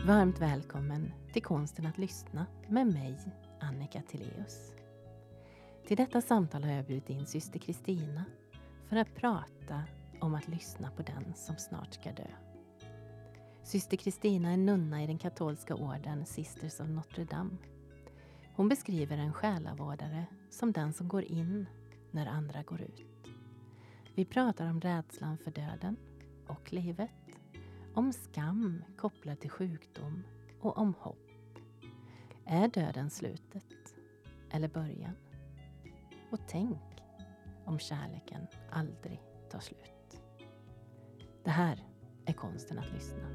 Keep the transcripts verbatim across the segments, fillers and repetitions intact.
Varmt välkommen till Konsten att lyssna med mig, Annika Tilléus. Till detta samtal har jag bjudit in syster Kristina för att prata om att lyssna på den som snart ska dö. Syster Kristina är nunna i den katolska orden Sisters of Notre Dame. Hon beskriver en själavårdare som den som går in när andra går ut. Vi pratar om rädslan för döden och livet, om skam kopplad till sjukdom och om hopp. Är döden slutet eller början? Och tänk om kärleken aldrig tar slut. Det här är konsten att lyssna.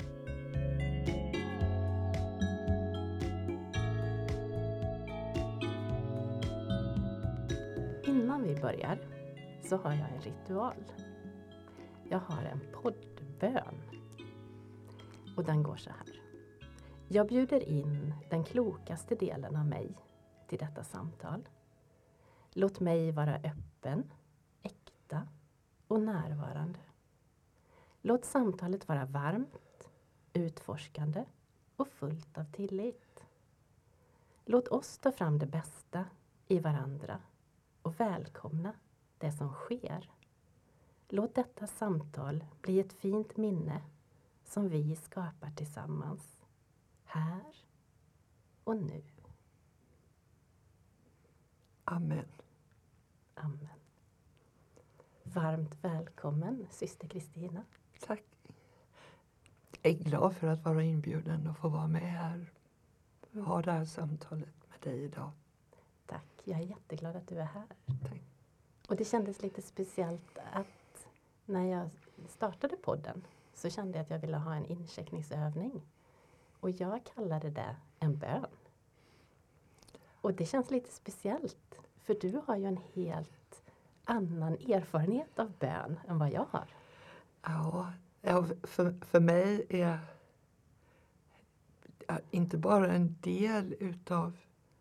Innan vi börjar så har jag en ritual. Jag har en poddbön. Och den går så här. Jag bjuder in den klokaste delen av mig till detta samtal. Låt mig vara öppen, äkta och närvarande. Låt samtalet vara varmt, utforskande och fullt av tillit. Låt oss ta fram det bästa i varandra och välkomna det som sker. Låt detta samtal bli ett fint minne som vi skapar tillsammans, här och nu. Amen. Amen. Varmt välkommen, syster Kristina. Tack. Jag är glad för att vara inbjuden och få vara med här och ha det här samtalet med dig idag. Tack, jag är jätteglad att du är här. Tack. Och det kändes lite speciellt att när jag startade podden så kände jag att jag ville ha en incheckningsövning. Och jag kallade det en bön. Och det känns lite speciellt. För du har ju en helt annan erfarenhet av bön än vad jag har. Ja, ja för, för mig är inte bara en del utav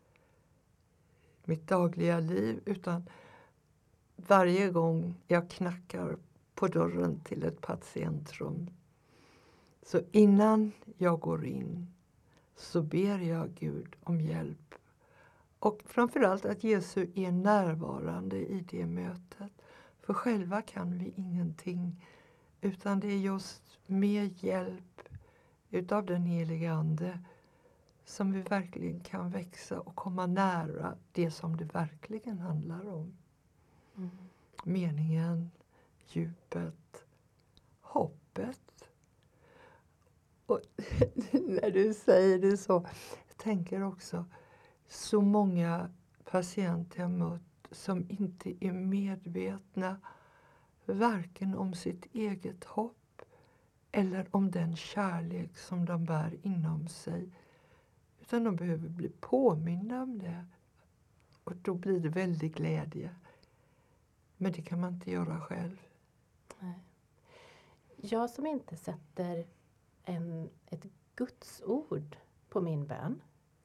mitt dagliga liv, utan varje gång jag knackar på dörren till ett patientrum, så innan jag går in så ber jag Gud om hjälp. Och framförallt att Jesus är närvarande i det mötet. För själva kan vi ingenting, utan det är just med hjälp utav den heliga Ande som vi verkligen kan växa och komma nära det som det verkligen handlar om. Mm. Meningen, djupet, hoppet. Och när du säger det så, jag tänker också så många patienter jag mött som inte är medvetna varken om sitt eget hopp eller om den kärlek som de bär inom sig. Utan de behöver bli påminna om det. Och då blir det väldigt glädje. Men det kan man inte göra själv. Nej. Jag som inte sätter en, ett Guds ord på min bön.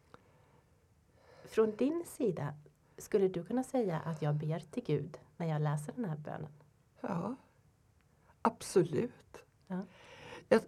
Från din sida, skulle du kunna säga att jag ber till Gud när jag läser den här bönen? Ja, absolut. Ja. Jag,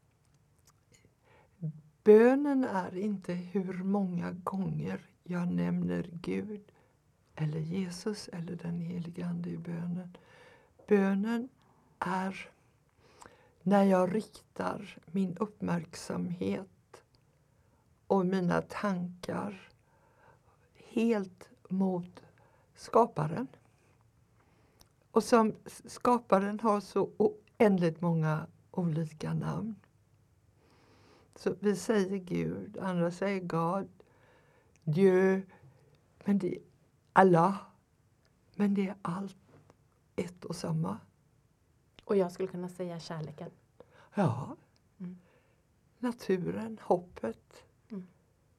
bönen är inte hur många gånger jag nämner Gud eller Jesus eller den helige Ande i bönen. Bönen är när jag riktar min uppmärksamhet och mina tankar helt mot skaparen. Och som skaparen har så oändligt många olika namn. Så vi säger Gud, andra säger God, Dieu, men det är Allah. Men det är allt ett och samma. Och jag skulle kunna säga kärleken. Ja. Mm. Naturen, hoppet. Mm.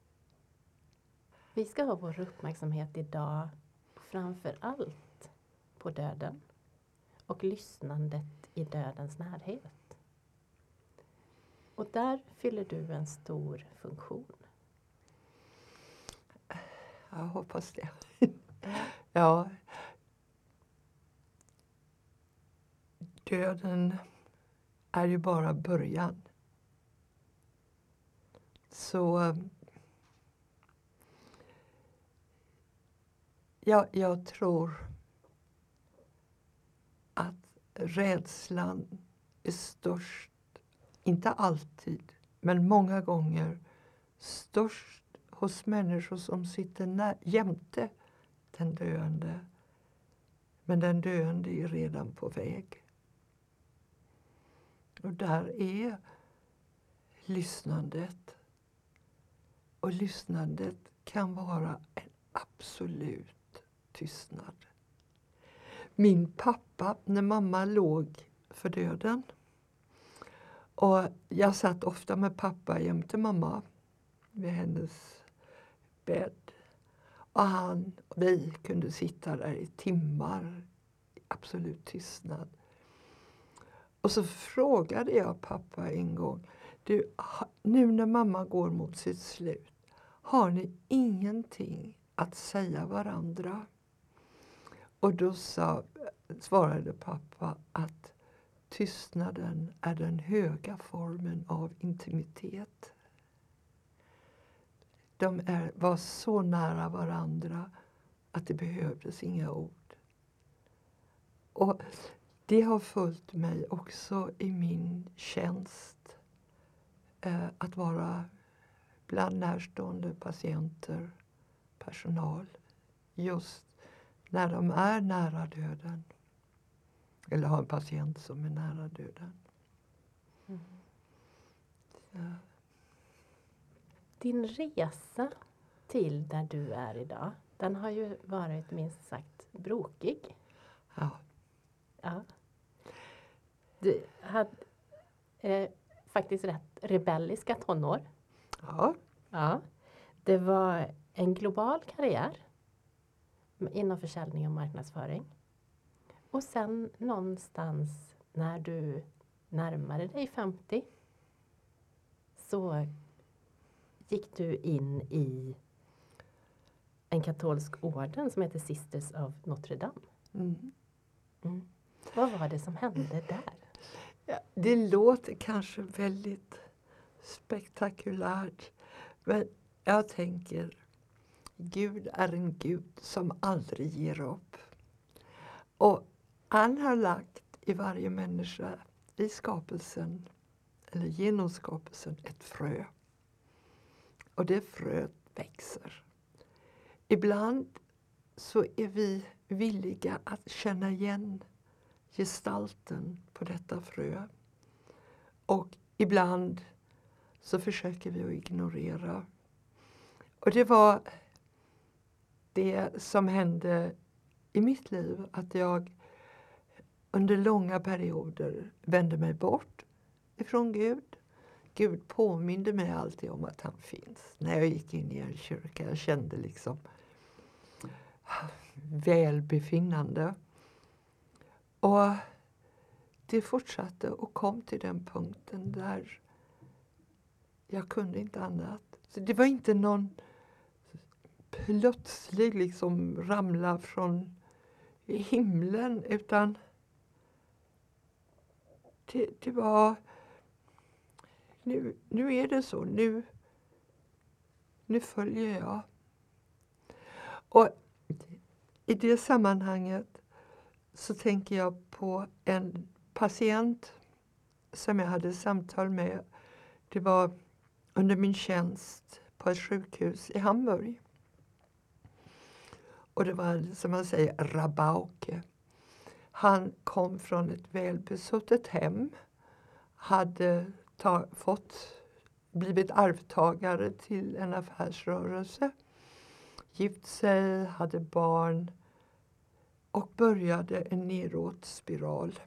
Vi ska ha vår uppmärksamhet idag framför allt på döden och lyssnandet i dödens närhet. Och där fyller du en stor funktion. Jag hoppas det. Ja. Döden är ju bara början. så ja, jag tror att rädslan är störst, inte alltid, men många gånger störst hos människor som sitter när, jämte den döende. Men den döende är redan på väg. Och där är lyssnandet. Och lyssnandet kan vara en absolut tystnad. Min pappa, när mamma låg för döden. Och jag satt ofta med pappa jämte mamma vid hennes bädd. Och han och vi kunde sitta där i timmar i absolut tystnad. Och så frågade jag pappa en gång, du, nu när mamma går mot sitt slut, har ni ingenting att säga varandra? Och då sa, svarade pappa att tystnaden är den höga formen av intimitet. De är, var så nära varandra att det behövdes inga ord. Och det har följt mig också i min tjänst. Eh, att vara bland närstående patienter, personal. Just när de är nära döden. Eller har en patient som är nära döden. Mm. Ja. Din resa till där du är idag, den har ju varit minst sagt brokig. Ja. Ja. Du hade eh, faktiskt rätt rebelliska tonår. Ja. Ja. Det var en global karriär inom försäljning och marknadsföring. Och sen någonstans när du närmade dig femtio så gick du in i en katolsk orden som heter Sisters of Notre Dame. Mm. Mm. Vad var det som hände där? Ja, det låter kanske väldigt spektakulärt. Men jag tänker, Gud är en Gud som aldrig ger upp. Och han har lagt i varje människa, i skapelsen, eller genom skapelsen, ett frö. Och det fröet växer. Ibland så är vi villiga att känna igen gestalten på detta frö. Och ibland så försöker vi att ignorera. Och det var det som hände i mitt liv. Att jag under långa perioder vände mig bort ifrån Gud. Gud påminde mig alltid om att han finns. När jag gick in i en kyrka, jag kände liksom välbefinnande. Och det fortsatte och kom till den punkten där jag kunde inte annat. Så det var inte någon plötslig liksom ramla från himlen, utan det, det var nu, nu är det så, nu, nu följer jag. Och i det sammanhanget så tänker jag på en patient som jag hade samtal med. Det var under min tjänst på ett sjukhus i Hamburg. Och det var, som man säger, Rabauke. Han kom från ett välbesuttet hem. Hade ta, fått, blivit arvtagare till en affärsrörelse. Gift sig, hade barn. Och började en nedåtspiral.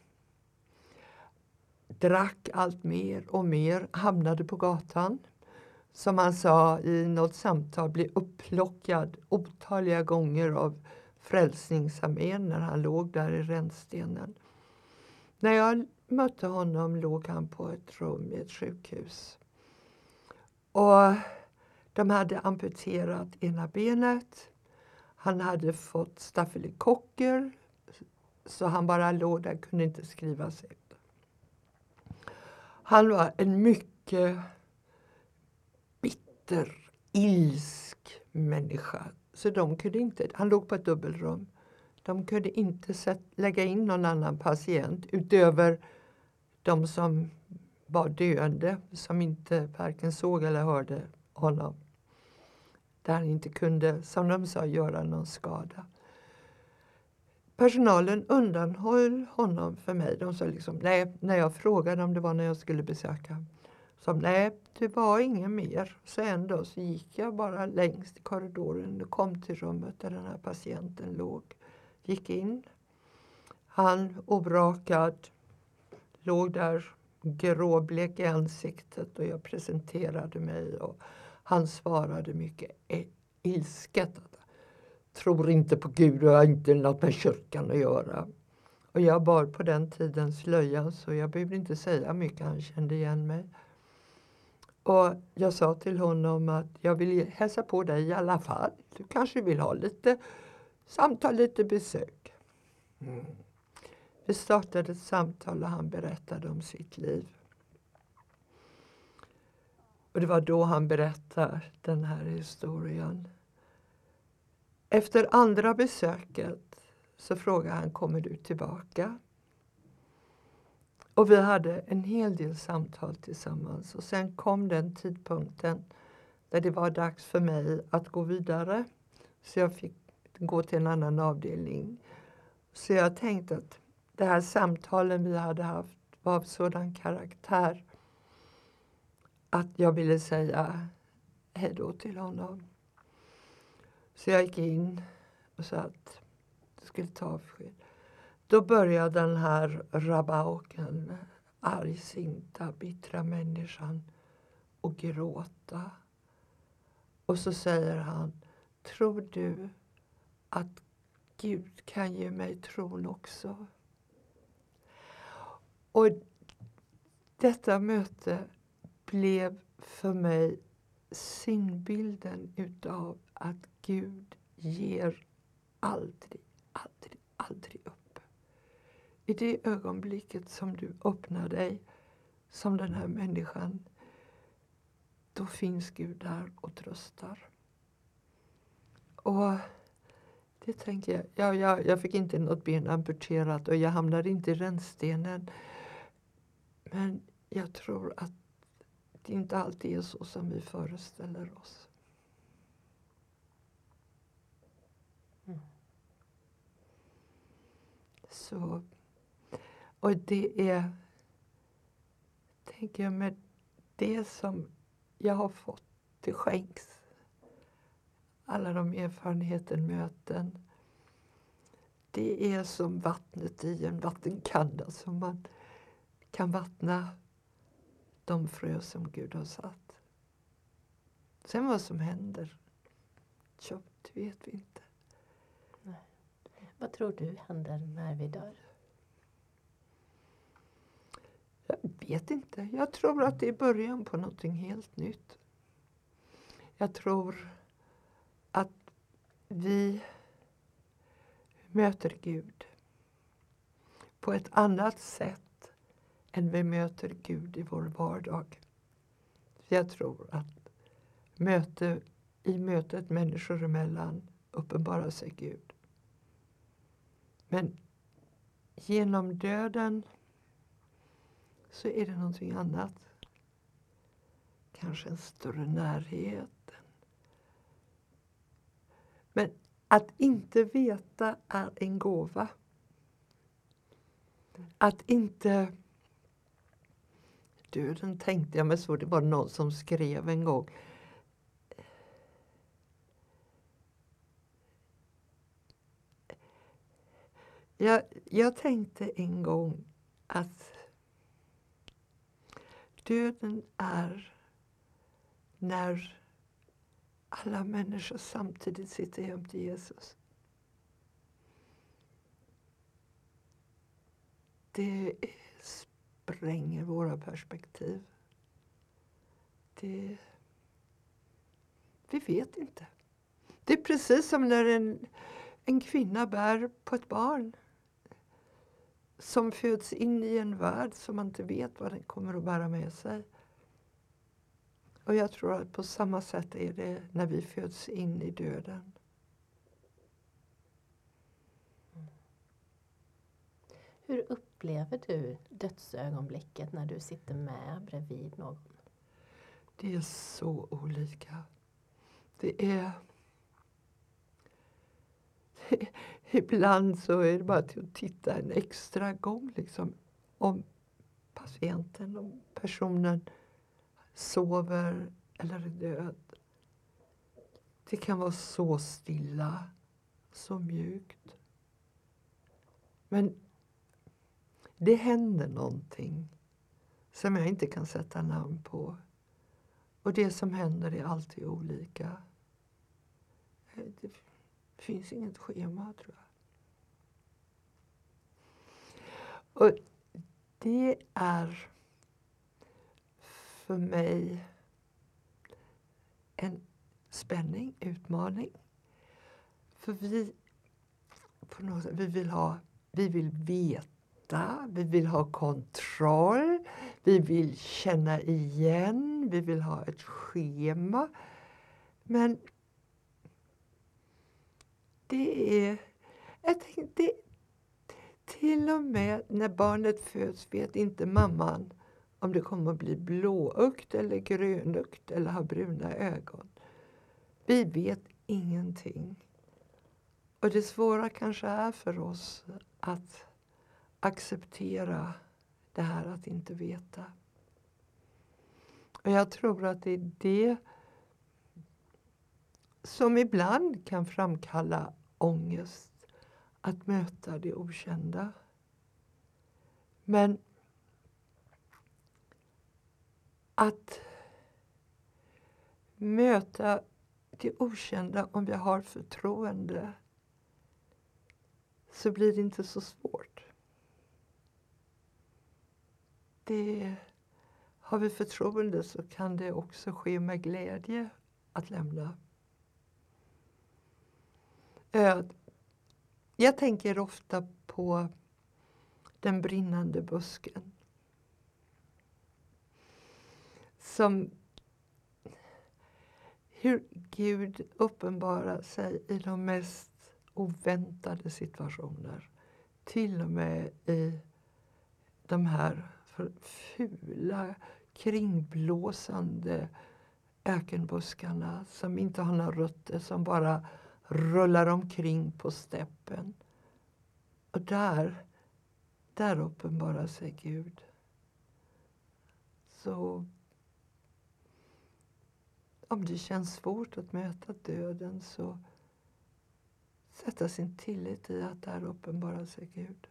Drack allt mer och mer, hamnade på gatan. Som han sa i något samtal, blev upplockad otaliga gånger av Frälsningsarmén när han låg där i rännstenen. När jag mötte honom låg han på ett rum i ett sjukhus. Och de hade amputerat ena benet. Han hade fått stafylokocker, så han bara låg där, kunde inte skrivas ut. Han var en mycket bitter jätteilsk människa. Så de kunde inte, han låg på ett dubbelrum. De kunde inte sätt, lägga in någon annan patient utöver de som var döende, som inte varken såg eller hörde honom. Där han inte kunde, som de sa, göra någon skada. Personalen undanhöll honom för mig. De sa liksom, nej, när jag frågade om det var när jag skulle besöka. Så nej, det var ingen mer. Så en dag så gick jag bara längst i korridoren och kom till rummet där den här patienten låg. Gick in. Han obrakad låg där gråblek i ansiktet och jag presenterade mig och han svarade mycket ilsket. Tror inte på Gud och har inte något med kyrkan att göra. Och jag bar på den tiden slöja så jag behövde inte säga mycket, han kände igen mig. Och jag sa till honom att jag vill hälsa på dig i alla fall. Du kanske vill ha lite samtal, lite besök. Mm. Vi startade ett samtal och han berättade om sitt liv. Och det var då han berättade den här historien. Efter andra besöket så frågade han, kommer du tillbaka? Och vi hade en hel del samtal tillsammans. Och sen kom den tidpunkten där det var dags för mig att gå vidare. Så jag fick gå till en annan avdelning. Så jag tänkte att det här samtalen vi hade haft var av sådan karaktär att jag ville säga hej då till honom. Så jag gick in och sa att jag skulle ta avsked. Då började den här rabauken, argsinta, bittra människan, och gråta. Och så säger han, tror du att Gud kan ge mig tron också? Och detta möte blev för mig synbilden utav att Gud ger aldrig, aldrig, aldrig upp. I det ögonblicket som du öppnar dig som den här människan, då finns Gud där och tröstar. Och det tänker jag, ja, jag, jag fick inte något ben amputerat och jag hamnade inte i rännstenen. Men jag tror att det inte alltid är så som vi föreställer oss. Mm. Så, och det är, tänker jag, med det som jag har fått till skänks. Alla de erfarenheter, möten. Det är som vattnet i en vattenkanna som man kan vattna de frö som Gud har satt. Sen vad som händer, så det vet vi inte. Nej. Vad tror du händer när vi dör? Jag vet inte. Jag tror att det är början på någonting helt nytt. Jag tror att vi möter Gud på ett annat sätt än vi möter Gud i vår vardag. Jag tror att möte, i mötet människor emellan uppenbarar sig Gud. Men genom döden så är det någonting annat. Kanske en större närhet. Men att inte veta är en gåva. Att inte... Döden tänkte jag mig så, det var någon som skrev en gång. Jag, jag tänkte en gång att döden är när alla människor samtidigt sitter jämte Jesus. Det spränger våra perspektiv. Det, vi vet inte. Det är precis som när en, en kvinna bär på ett barn som föds in i en värld som man inte vet vad den kommer att bära med sig. Och jag tror att på samma sätt är det när vi föds in i döden. Hur upplever du dödsögonblicket när du sitter med bredvid någon? Det är så olika. Det är... Ibland så är det bara till att titta en extra gång. Liksom, om patienten, om personen sover eller är död. Det kan vara så stilla, så mjukt. Men det händer någonting som jag inte kan sätta namn på. Och det som händer är alltid olika. Det finns inget schema, tror jag. Och det är för mig en spänning, utmaning. För vi, på något sätt, vi vill ha, vi vill veta, vi vill ha kontroll, vi vill känna igen, vi vill ha ett schema. Men det är, jag tänkte, till och med när barnet föds vet inte mamman om det kommer att bli blåögt eller grönögt eller ha bruna ögon. Vi vet ingenting. Och det svåra kanske är för oss att acceptera det här att inte veta. Och jag tror att det är det som ibland kan framkalla ångest. Att möta det okända. Men att möta det okända om vi har förtroende, så blir det inte så svårt. Det, har vi förtroende så kan det också ske med glädje att lämna. Jag tänker ofta på den brinnande busken. Som hur Gud uppenbarar sig i de mest oväntade situationer. Till och med i de här fula, kringblåsande ökenbuskarna som inte har några rötter, som bara rullar omkring på steppen. Och där, där uppenbarar sig Gud. Så om det känns svårt att möta döden, så sätta sin tillit i att där uppenbarar sig Gud.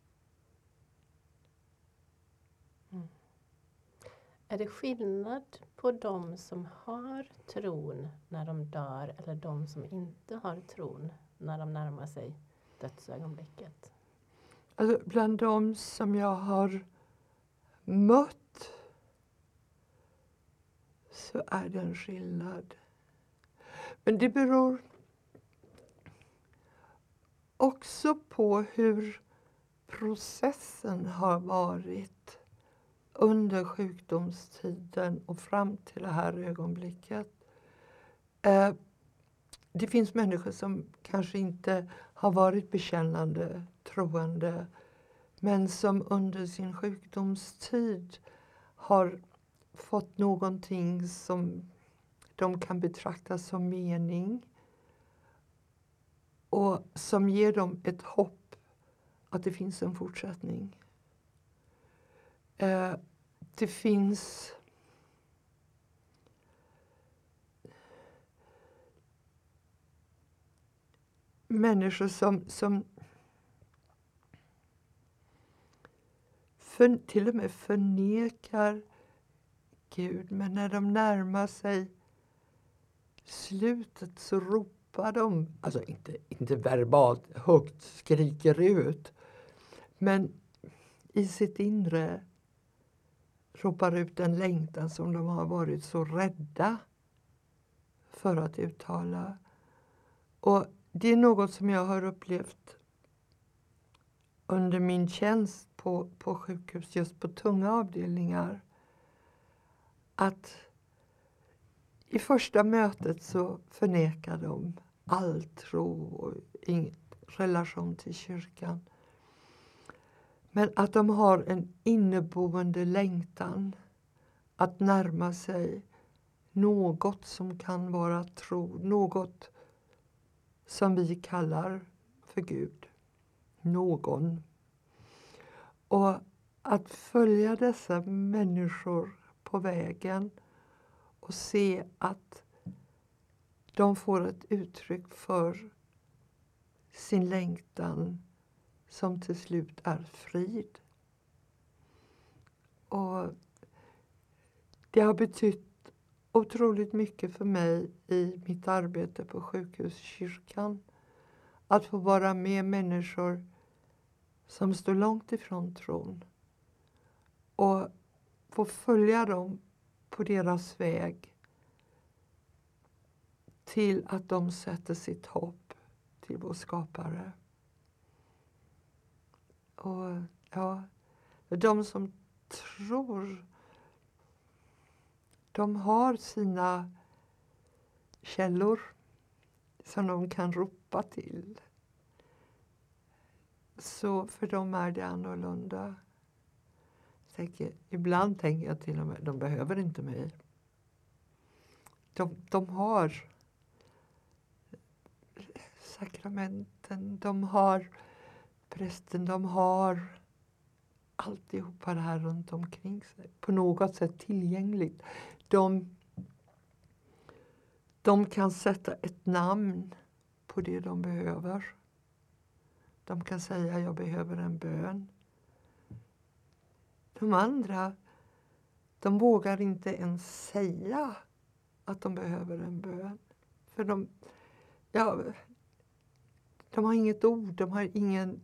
Mm. Är det skillnad på de som har tron när de dör eller de som inte har tron när de närmar sig dödsögonblicket? Alltså, bland de som jag har mött så är det en skillnad. Men det beror också på hur processen har varit under sjukdomstiden och fram till det här ögonblicket. Eh, det finns människor som kanske inte har varit bekännande, troende, men som under sin sjukdomstid har fått någonting som de kan betrakta som mening. Och som ger dem ett hopp att det finns en fortsättning. Eh, det finns människor som, som för, till och med förnekar Gud. Men när de närmar sig slutet så ropar de, alltså inte, inte verbalt högt skriker ut, men i sitt inre ropar ut en längtan som de har varit så rädda för att uttala. Och det är något som jag har upplevt under min tjänst på, på sjukhus, just på tunga avdelningar. Att i första mötet så förnekar de all tro och ingen relation till kyrkan. Men att de har en inneboende längtan att närma sig något som kan vara tro, något som vi kallar för Gud, någon. Och att följa dessa människor på vägen och se att de får ett uttryck för sin längtan som till slut är frid. Och det har betytt otroligt mycket för mig i mitt arbete på sjukhuskyrkan. Att få vara med människor som står långt ifrån tron. Och få följa dem på deras väg till att de sätter sitt hopp till vår skapare. Och ja, de som tror, de har sina källor som de kan ropa till. Så för dem är det annorlunda. Tänker, ibland tänker jag till och med, de behöver inte mig. De, de har sakramenten, de har prästen, de har alltihopa det här runt omkring sig. På något sätt tillgängligt. De, de kan sätta ett namn på det de behöver. De kan säga, jag behöver en bön. De andra, de vågar inte ens säga att de behöver en bön. För de, ja, de har inget ord, de har ingen,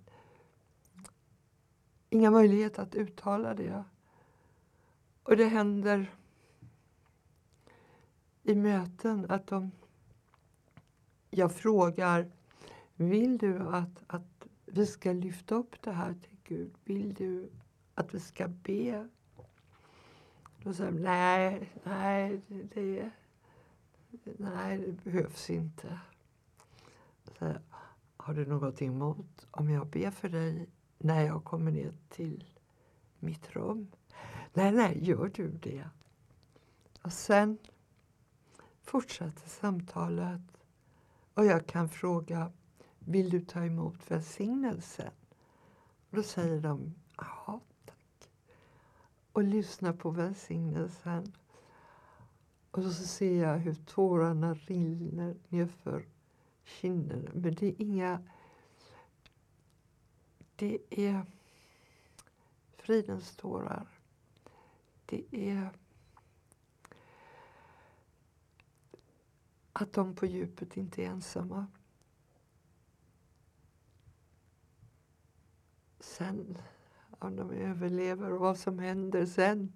inga möjlighet att uttala det. Och det händer i möten att de, jag frågar, vill du att, att vi ska lyfta upp det här till Gud? Vill du att vi ska be? Då säger de, nej, nej, det, nej, det behövs inte. Så, har du något emot om jag ber för dig när jag kommer ner till mitt rum? Nej, nej, gör du det? Och sen fortsätter samtalet. Och jag kan fråga, vill du ta emot välsignelsen? Och då säger de, ja, tack. Och lyssnar på välsignelsen. Och så ser jag hur tårarna rinner nerför kinderna. Men det är inga... Det är fridens tårar. Det är att de på djupet inte är ensamma. Sen, om de överlever och vad som händer sen,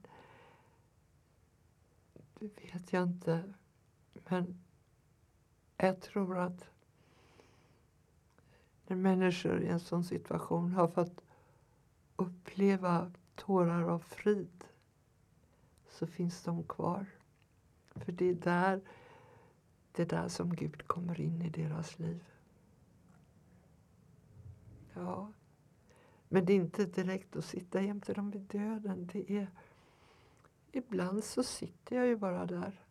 det vet jag inte. Men jag tror att när människor i en sån situation har fått uppleva tårar av frid, så finns de kvar. För det är där, det är där som Gud kommer in i deras liv. Ja. Men det är inte direkt att sitta jämte dem vid döden. Det är, ibland så sitter jag ju bara där.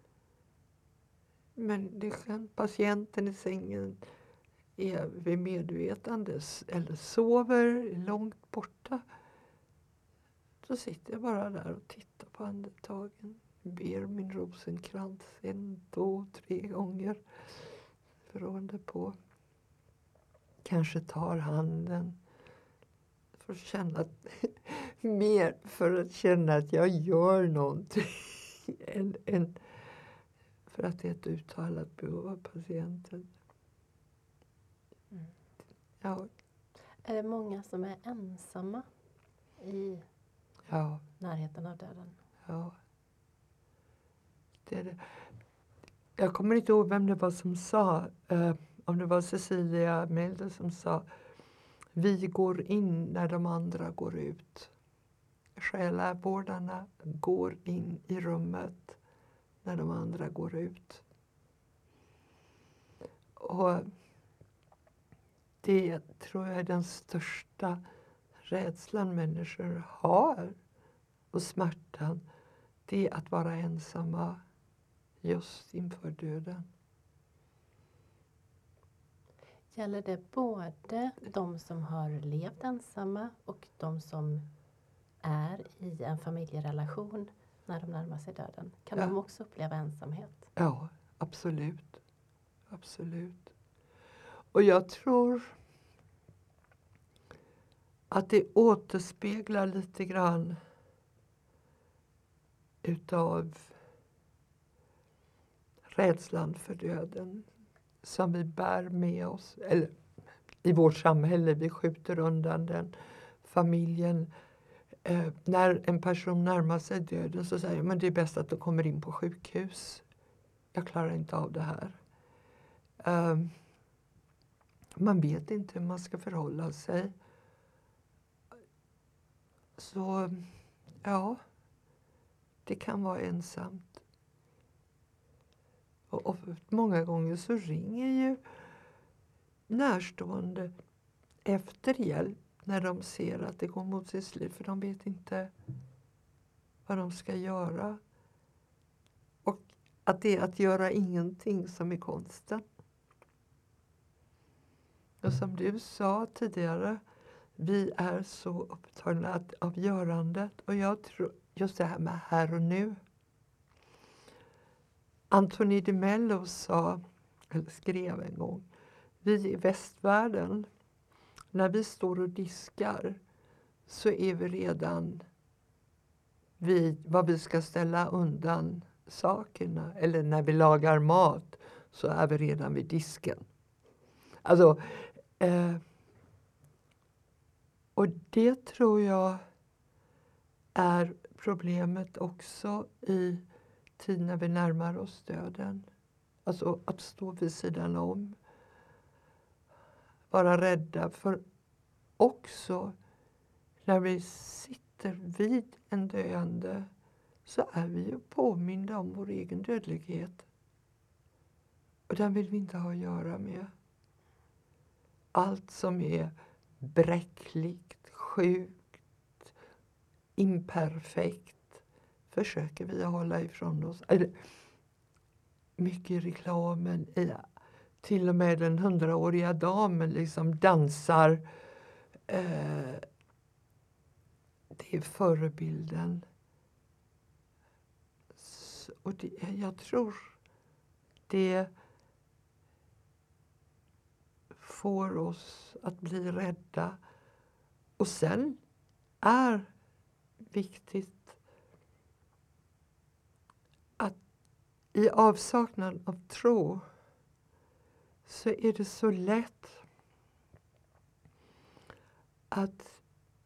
Men det är skönt, patienten i sängen är vid medvetande eller sover långt borta. Så sitter jag bara där och tittar på andetagen. Ber min rosenkrans en, två, tre gånger. Beroende på. Kanske tar handen. För att känna att, mer för att känna att jag gör någonting. än, än för att det är ett uttalat behov av patienten. Mm. Ja. Är det många som är ensamma i Ja. närheten av döden? Ja. Det är det. Jag kommer inte ihåg vem det var som sa, eh, om det var Cecilia Melde som sa, vi går in när de andra går ut. Själavårdarna går in i rummet när de andra går ut. Och det tror jag är den största rädslan människor har. Och smärtan, det är att vara ensamma just inför döden. Gäller det både de som har levt ensamma och de som är i en familjerelation när de närmar sig döden? Kan Ja. de också uppleva ensamhet? Ja, absolut. Absolut. Och jag tror att det återspeglar lite grann utav rädslan för döden som vi bär med oss. Eller i vårt samhälle, vi skjuter undan den. Familjen. Eh, när en person närmar sig döden så säger man det är bäst att du kommer in på sjukhus. Jag klarar inte av det här. Um, man vet inte hur man ska förhålla sig. Så ja, det kan vara ensamt. Och, och många gånger så ringer ju närstående efter hjälp när de ser att det går mot sitt slut. För de vet inte vad de ska göra. Och att det är att göra ingenting som är konsten. Och som du sa tidigare, vi är så upptagna av görandet. Och jag tror just det här med här och nu. Anthony de Mello sa, eller skrev en gång, vi i västvärlden, när vi står och diskar så är vi redan vid vad vi ska ställa undan sakerna. Eller när vi lagar mat så är vi redan vid disken. Alltså, eh, och det tror jag är problemet också i tid när vi närmar oss döden. Alltså att stå vid sidan om. Vara rädda för också när vi sitter vid en döende så är vi ju påminda om vår egen dödlighet. Och den vill vi inte ha att göra med. Allt som är bräckligt, sjukt, imperfekt försöker vi hålla ifrån oss. Mycket i reklamen, till och med den hundraåriga damen liksom dansar. Eh, det är förebilden. Så, och det, jag tror det får oss att bli rädda. Och sen är viktigt att i avsaknad av tro så är det så lätt att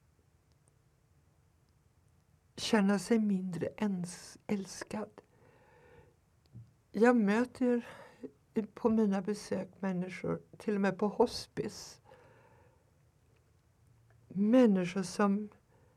känna sig mindre ens älskad. Jag möter på mina besök människor, till och med på hospice, människor som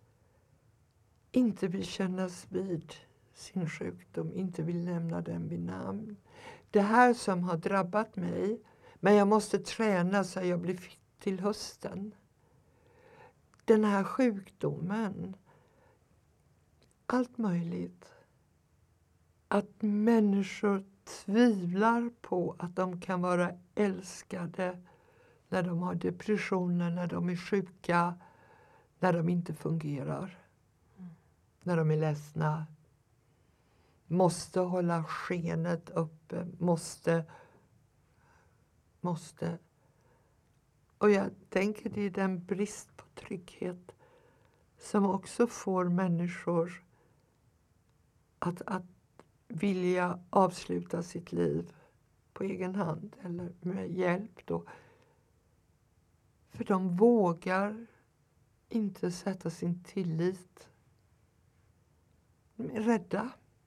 inte vill kännas vid sin sjukdom, inte vill nämna den vid namn. Det här som har drabbat mig, men jag måste träna så jag blir fit till hösten. Den här sjukdomen, allt möjligt. Att människor tvivlar på att de kan vara älskade när de har depressioner, när de är sjuka, när de inte fungerar. Mm. När de är ledsna. Måste hålla skenet uppe, måste, måste. Och jag tänker det är den brist på trygghet som också får människor att, att vilja avsluta sitt liv på egen hand eller med hjälp då. För de vågar inte sätta sin tillit. De är rädda.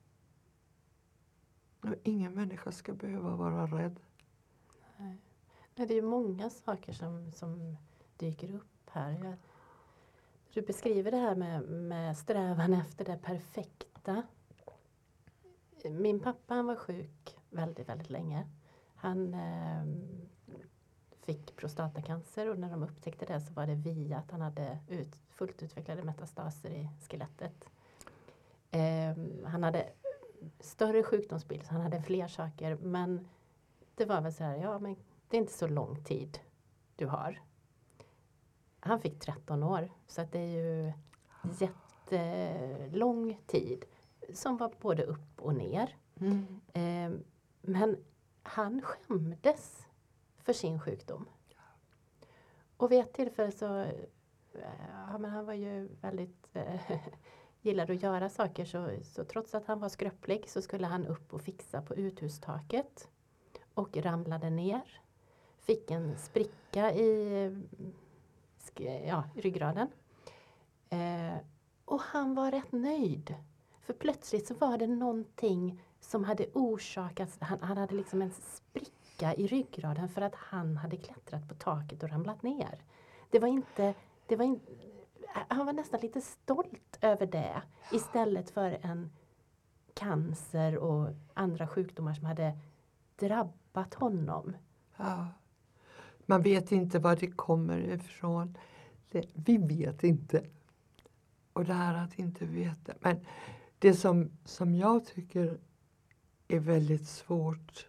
Och ingen människa ska behöva vara rädd. Nej. Det är ju många saker som, som dyker upp här. Jag, du beskriver det här med, med strävan efter det perfekta. min pappa han var sjuk väldigt, väldigt länge. Han eh, fick prostatacancer och när de upptäckte det så var det via att han hade ut, fullt utvecklade metastaser i skelettet. Eh, han hade större sjukdomsbild, så han hade fler saker. Men det var väl så här, ja men det är inte så lång tid du har. Han fick tretton år, så att det är ju jättelång tid som var både upp och ner. Mm. Eh, men han skämdes för sin sjukdom. Och vid ett tillfälle så, eh, ja, men han var ju väldigt, eh, gillade att göra saker. Så, så trots att han var skröplig så skulle han upp och fixa på uthustaket. Och ramlade ner. Fick en spricka i, ja, ryggraden. Eh, och han var rätt nöjd. För plötsligt så var det någonting som hade orsakats. Han, han hade liksom en spricka i ryggraden för att han hade klättrat på taket och ramlat ner. Det var inte, det var in, han var nästan lite stolt över det. Istället för en cancer och andra sjukdomar som hade drabbat honom. Ja. Man vet inte var det kommer ifrån. Det, vi vet inte. Och det här att inte veta. Men det som, som jag tycker är väldigt svårt,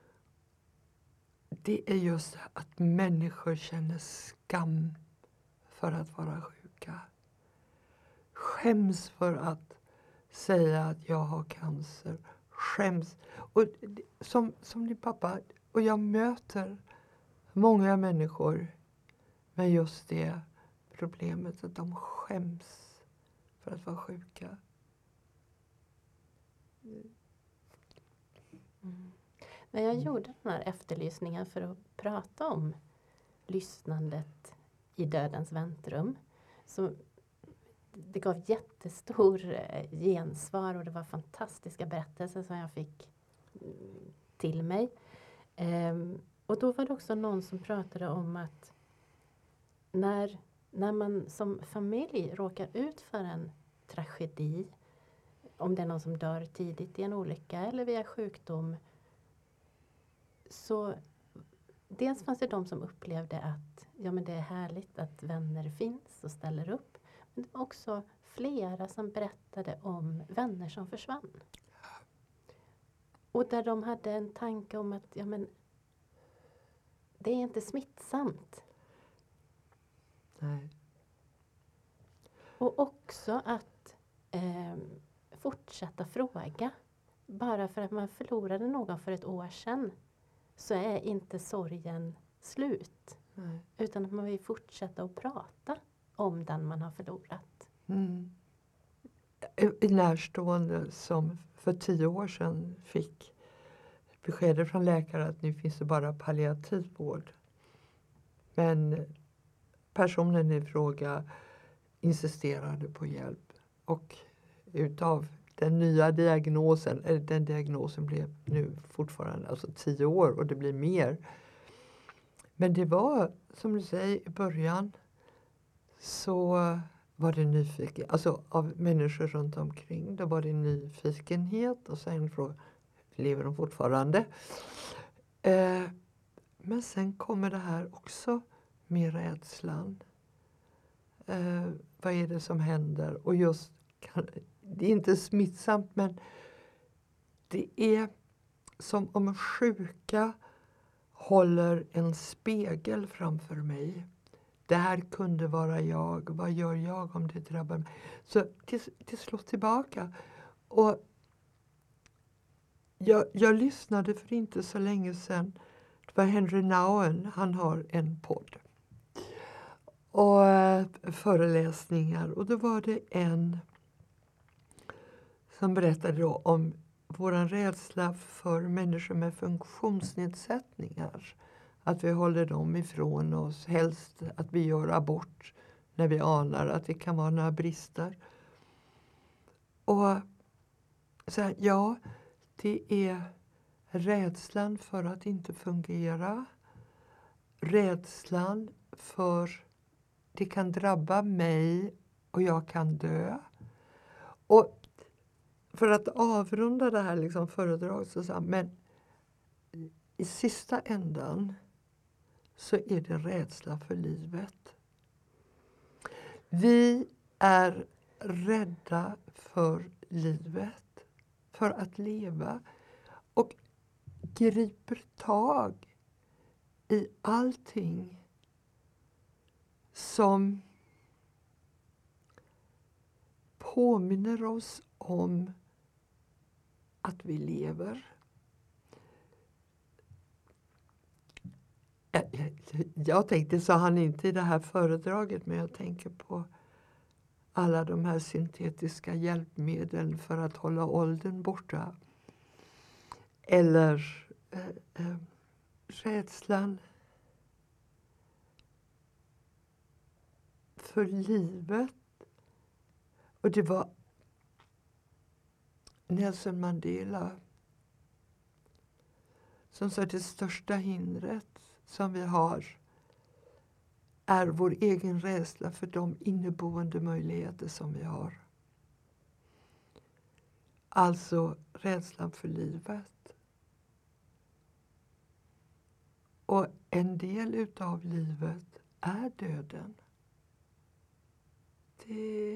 det är just att människor känner skam för att vara sjuka. Skäms för att säga att jag har cancer. Skäms. Och som, som din pappa, och jag möter många människor med just det problemet att de skäms för att vara sjuka. Mm. När jag gjorde den här efterlysningen för att prata om lyssnandet i dödens väntrum, så det gav jättestor gensvar och det var fantastiska berättelser som jag fick till mig. Ehm, och då var det också någon som pratade om att när, när man som familj råkar ut för en tragedi, om det är någon som dör tidigt i en olycka eller via sjukdom, så dels fanns det de som upplevde att ja, men det är härligt att vänner finns och ställer upp. Men det var också flera som berättade om vänner som försvann. Och där de hade en tanke om att ja, men det är inte smittsamt. Nej. Och också att eh, fortsätta fråga. Bara för att man förlorade någon för ett år sedan så är inte sorgen slut. Nej. Utan att man vill fortsätta att prata om den man har förlorat. Mm. En närstående som för tio år sedan fick beskedet från läkare att nu finns det bara palliativ vård. Men personen i fråga insisterade på hjälp. Och utav den nya diagnosen, eller den diagnosen blev nu fortfarande alltså tio år och det blir mer. Men det var, som du säger, i början så var det nyfiken, alltså av människor runt omkring, då var det nyfikenhet och sen fråga, lever de fortfarande? Eh, men sen kommer det här också med rädslan. Eh, vad är det som händer? Och just, det är inte smittsamt, men det är som om sjuka håller en spegel framför mig. Det här kunde vara jag. Vad gör jag om det drabbar mig? Så det, det slår tillbaka. Och jag, jag lyssnade för inte så länge sedan. Det var Henry Nouwen. Han har en podd. Och äh, föreläsningar. Och då var det en som berättade då om våran rädsla för människor med funktionsnedsättningar. Att vi håller dem ifrån oss. Helst att vi gör abort när vi anar att det kan vara några brister. Och så här, ja, det är rädslan för att inte fungera. Rädslan för det kan drabba mig och jag kan dö. Och för att avrunda det här liksom föredraget så sa han, men i sista ändan så är det rädsla för livet. Vi är rädda för livet, för att leva och griper tag i allting som påminner oss om att vi lever. Jag, jag tänkte, sa han inte i det här föredraget, men jag tänker på alla de här syntetiska hjälpmedlen för att hålla åldern borta. Eller eh, eh, rädslan för livet. Och det var Nelson Mandela som sa att det största hindret som vi har är vår egen rädsla för de inneboende möjligheter som vi har. Alltså rädslan för livet. Och en del utav livet är döden. Det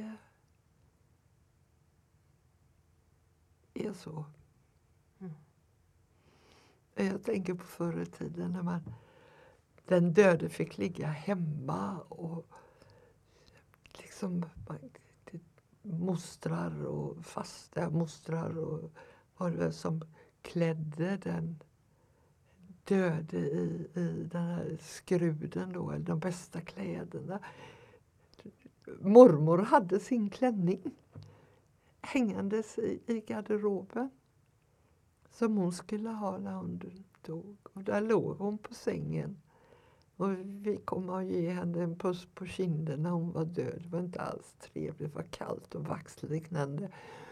är så. Mm. Jag tänker på förr i tiden när man, den döde fick ligga hemma och liksom mostrar och fasta mostrar och var det som klädde den döde i, i den här skruden då, eller de bästa kläderna. Mormor hade sin klänning hängandes i, i garderoben som hon skulle ha när hon dog. Och där låg hon på sängen. Och vi kom att ge henne en puss på kinden när hon var död. Det var inte alls trevligt. Det var kallt och vaxliknande.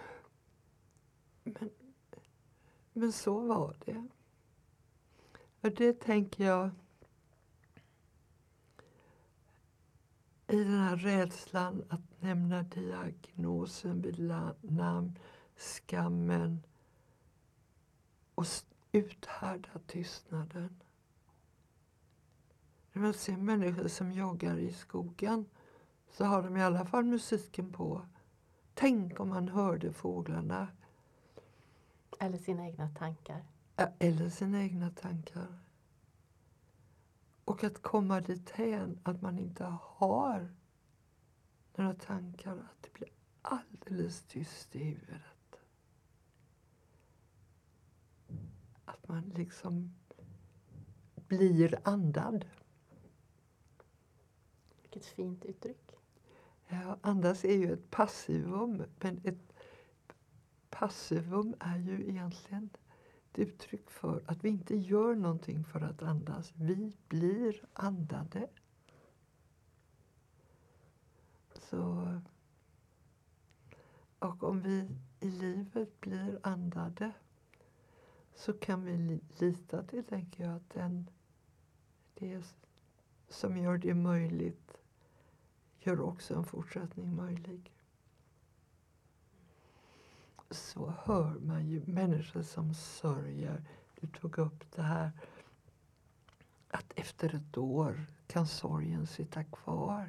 Men, men så var det. Och det tänker jag i den här rädslan att nämna diagnosen vid namn, skammen och uthärda tystnaden. När man ser människor som joggar i skogen så har de i alla fall musiken på. Tänk om man hörde fåglarna. Eller sina egna tankar. Eller sina egna tankar. Och att komma dithän att man inte har några tankar. Att det blir alldeles tyst i huvudet. Att man liksom blir andad. Vilket fint uttryck. Ja, andas är ju ett passivum. Men ett passivum är ju egentligen ett uttryck för att vi inte gör någonting för att andas. Vi blir andade. Så, och om vi i livet blir andade så kan vi lita till, tänker jag, att den, det som gör det möjligt gör också en fortsättning möjlig. Så hör man ju människor som sörjer. Du tog upp det här att efter ett år kan sorgen sitta kvar.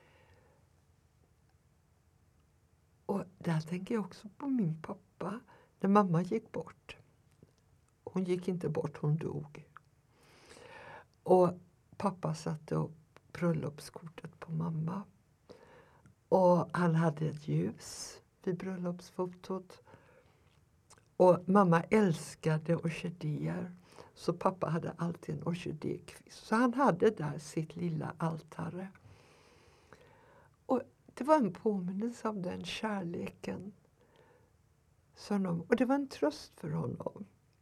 Och där tänker jag också på min pappa. När mamma gick bort. Hon gick inte bort, hon dog. Och pappa satte upp bröllopskortet på mamma. Och han hade ett ljus vid bröllopsfotot. Och mamma älskade orkidéer. Så pappa hade alltid en orkidékvist. Så han hade där sitt lilla altare. Och det var en påminnelse av den kärleken. Som de, och det var en tröst för honom.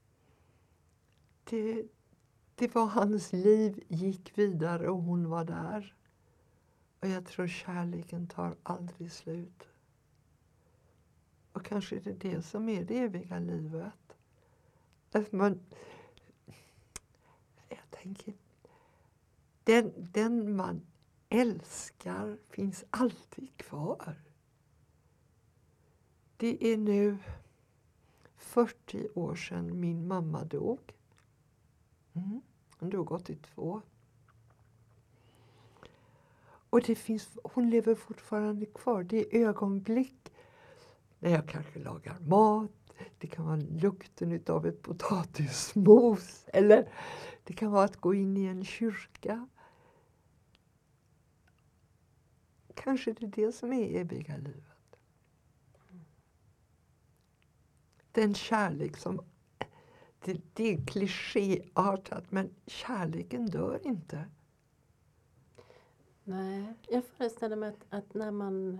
Det, det var hans liv gick vidare och hon var där. Och jag tror kärleken tar aldrig slut. Och kanske är det det som är det eviga livet. Att man, jag tänker, den, den man älskar finns alltid kvar. Det är nu fyrtio år sedan min mamma dog. Mm. Hon dog åttiotvå. Och det finns, hon lever fortfarande kvar. Det är ögonblick när jag kanske lagar mat. Det kan vara lukten av ett potatismos. Eller det kan vara att gå in i en kyrka. Kanske det är det som är eviga livet. Den kärlek som, det, det är klichéartat, men kärleken dör inte. Nej, jag föreställer mig att, att när man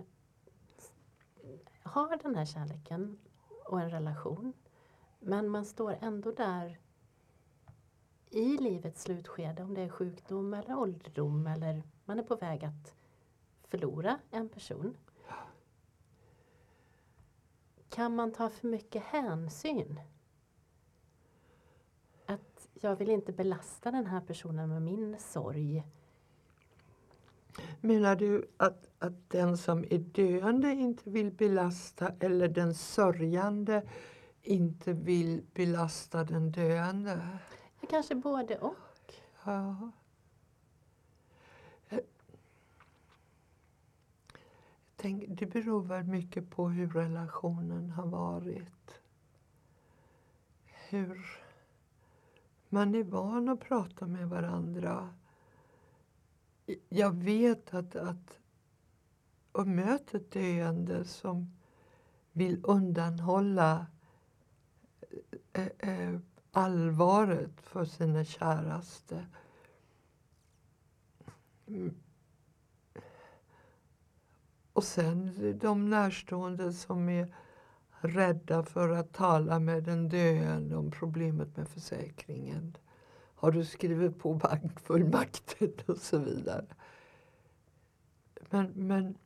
har den här kärleken och en relation, men man står ändå där i livets slutskede, om det är sjukdom eller ålderdom eller man är på väg att förlora en person. Kan man ta för mycket hänsyn? Att jag vill inte belasta den här personen med min sorg. Menar du att, att den som är döende inte vill belasta eller den sörjande inte vill belasta den döende? Kanske både och. Ja. Jag tänk, det beror väl mycket på hur relationen har varit. Hur man är van att prata med varandra. Jag vet att, att och möter döende som vill undanhålla eh, eh, allvaret för sina käraste. Mm. Och sen de närstående som är rädda för att tala med den döende om problemet med försäkringen. Har du skrivit på bankfullmakten och så vidare. Men, men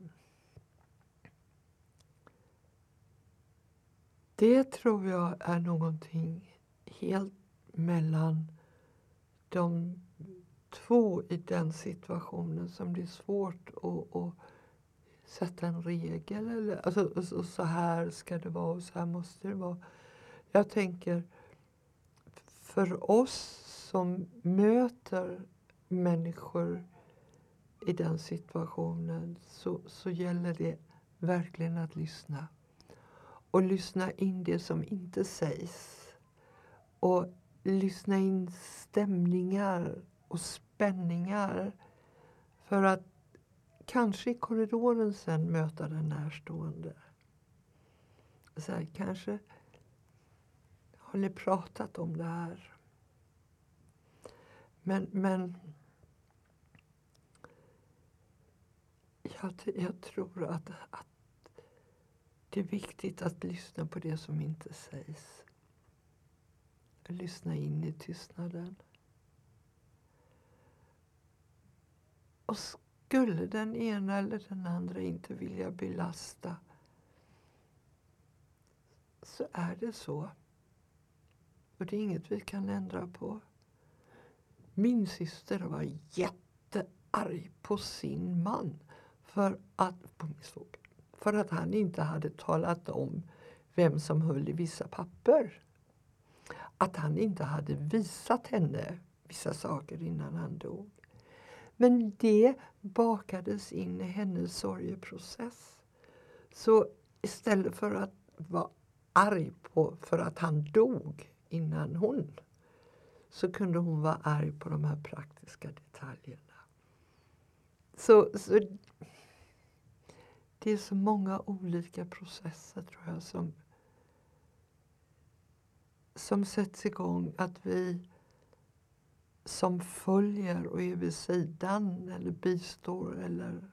det tror jag är någonting helt mellan de två i den situationen som det är svårt att, att sätta en regel. Eller, alltså, så här ska det vara och så här måste det vara. Jag tänker för oss som möter människor i den situationen så, så gäller det verkligen att lyssna. Och lyssna in det som inte sägs. Och lyssna in stämningar och spänningar. För att kanske i korridoren sen möta den närstående. Så här, kanske har ni pratat om det här. Men, men jag, jag tror att, att det är viktigt att lyssna på det som inte sägs. Lyssna in i tystnaden. Och skulle den ena eller den andra inte vilja belasta så är det så. Och det är inget vi kan ändra på. Min syster var jättearg på sin man för att, på min svåger, för att han inte hade talat om vem som höll i vissa papper. Att han inte hade visat henne vissa saker innan han dog. Men det bakades in i hennes sorgeprocess. Så istället för att vara arg på för att han dog innan hon, så kunde hon vara arg på de här praktiska detaljerna. Så, så det är så många olika processer tror jag som, som sätts igång. Att vi som följer och är vid sidan eller bistår eller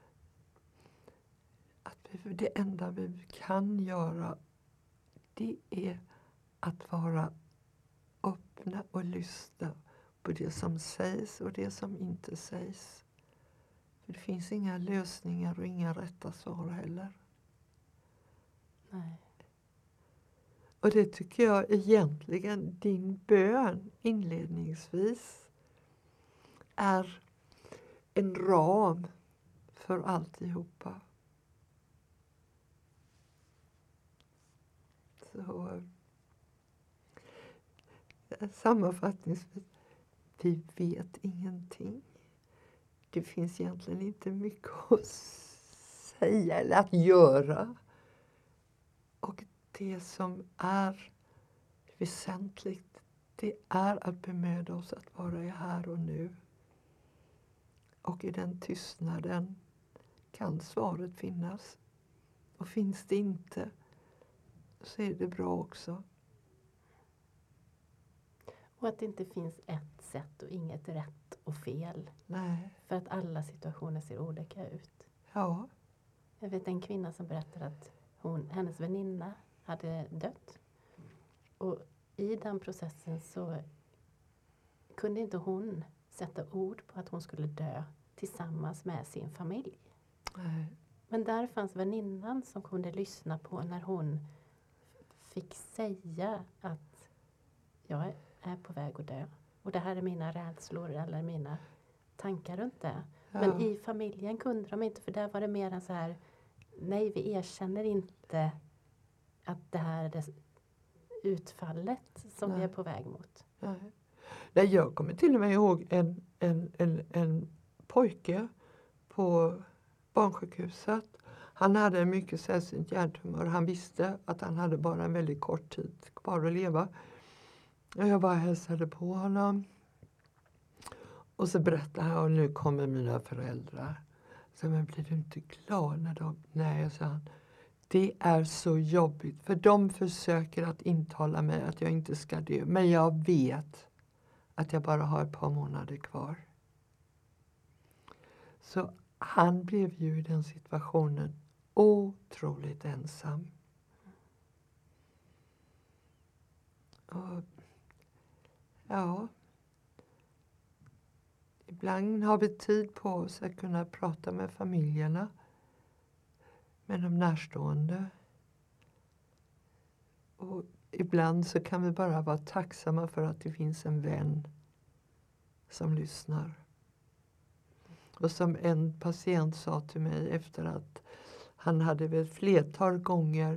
att vi, det enda vi kan göra det är att vara öppna och lyssna på det som sägs och det som inte sägs. För det finns inga lösningar och inga rätta svar heller. Nej. Och det tycker jag egentligen din bön inledningsvis är en ram för alltihopa. Så sammanfattningsvis, vi vet ingenting. Det finns egentligen inte mycket att säga eller att göra. Och det som är väsentligt, det är att bemöda oss att vara i här och nu. Och i den tystnaden kan svaret finnas. Och finns det inte, så är det bra också. Och att det inte finns ett sätt och inget rätt och fel. Nej. För att alla situationer ser olika ut. Ja. Jag vet en kvinna som berättade att hon, hennes väninna hade dött. Och i den processen så kunde inte hon sätta ord på att hon skulle dö tillsammans med sin familj. Nej. Men där fanns väninnan som kunde lyssna på när hon fick säga att jag är på väg att dö. Och det här är mina rädslor eller mina tankar runt det. Ja. Men i familjen kunde de inte, för där var det mer än så här, nej, vi erkänner inte att det här är det utfallet som Nej. vi är på väg mot. Nej. Nej, jag kommer till och med ihåg en, en, en, en pojke på barnsjukhuset. Han hade en mycket sällsynt hjärntumör. Han visste att han hade bara en väldigt kort tid kvar att leva. Och jag bara hälsade på honom. Och så berättade han, och nu kommer mina föräldrar. Så, men blir du inte glad när de... Nej, sa han. Det är så jobbigt. För de försöker att intala mig att jag inte ska dö. Men jag vet att jag bara har ett par månader kvar. Så han blev ju i den situationen otroligt ensam. Och, ja. Ibland har vi tid på oss att kunna prata med familjerna. Med de närstående. Och ibland så kan vi bara vara tacksamma för att det finns en vän som lyssnar. Och som en patient sa till mig efter att han hade väl flertal gånger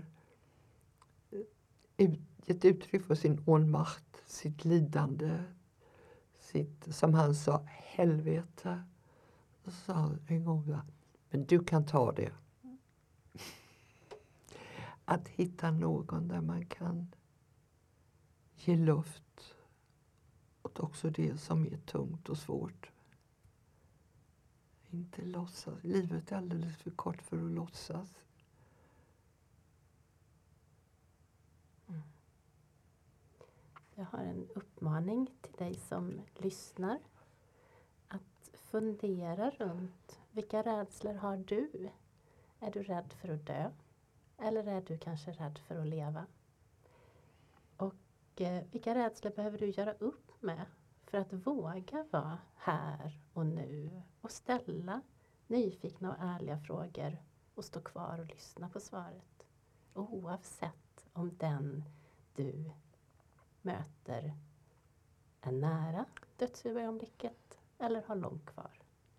ut, gett uttryck för sin onmakt, sitt lidande, sitt, som han sa, helvete. Och så sa han en gång, men du kan ta det. Att hitta någon där man kan ge luft åt också det som är tungt och svårt. Inte låtsas. Livet är alldeles för kort för att låtsas. Mm. Jag har en uppmaning till dig som lyssnar. Att fundera runt, vilka rädslor har du? Är du rädd för att dö? Eller är du kanske rädd för att leva? Och eh, vilka rädslor behöver du göra upp med för att våga vara här och nu och ställa nyfikna och ärliga frågor och stå kvar och lyssna på svaret. Oavsett om den du möter är nära dödsögonblicket eller har långt kvar.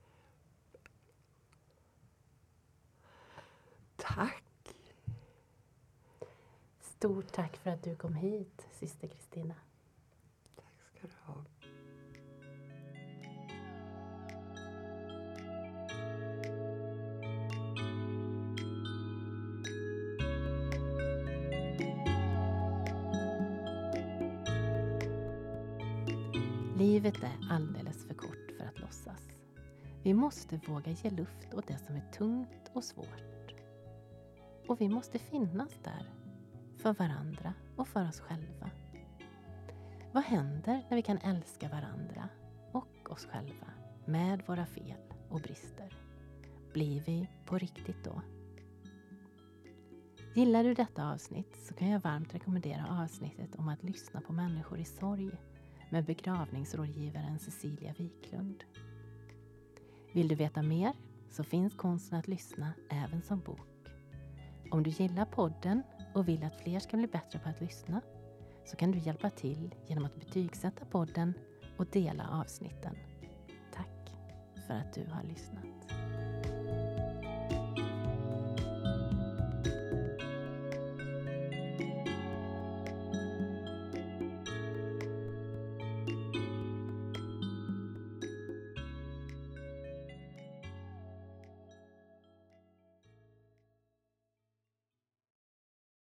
Tack. Stort tack för att du kom hit, syster Kristina. Tack ska du ha. Livet är alldeles för kort för att låtsas. Vi måste våga ge luft åt det som är tungt och svårt. Och vi måste finnas där för varandra och för oss själva. Vad händer när vi kan älska varandra och oss själva med våra fel och brister? Blir vi på riktigt då? Gillar du detta avsnitt så kan jag varmt rekommendera avsnittet om att lyssna på människor i sorg med begravningsrådgivaren Cecilia Wiklund. Vill du veta mer så finns Konsten att lyssna även som bok. Om du gillar podden och vill att fler ska bli bättre på att lyssna så kan du hjälpa till genom att betygsätta podden och dela avsnitten. Tack för att du har lyssnat.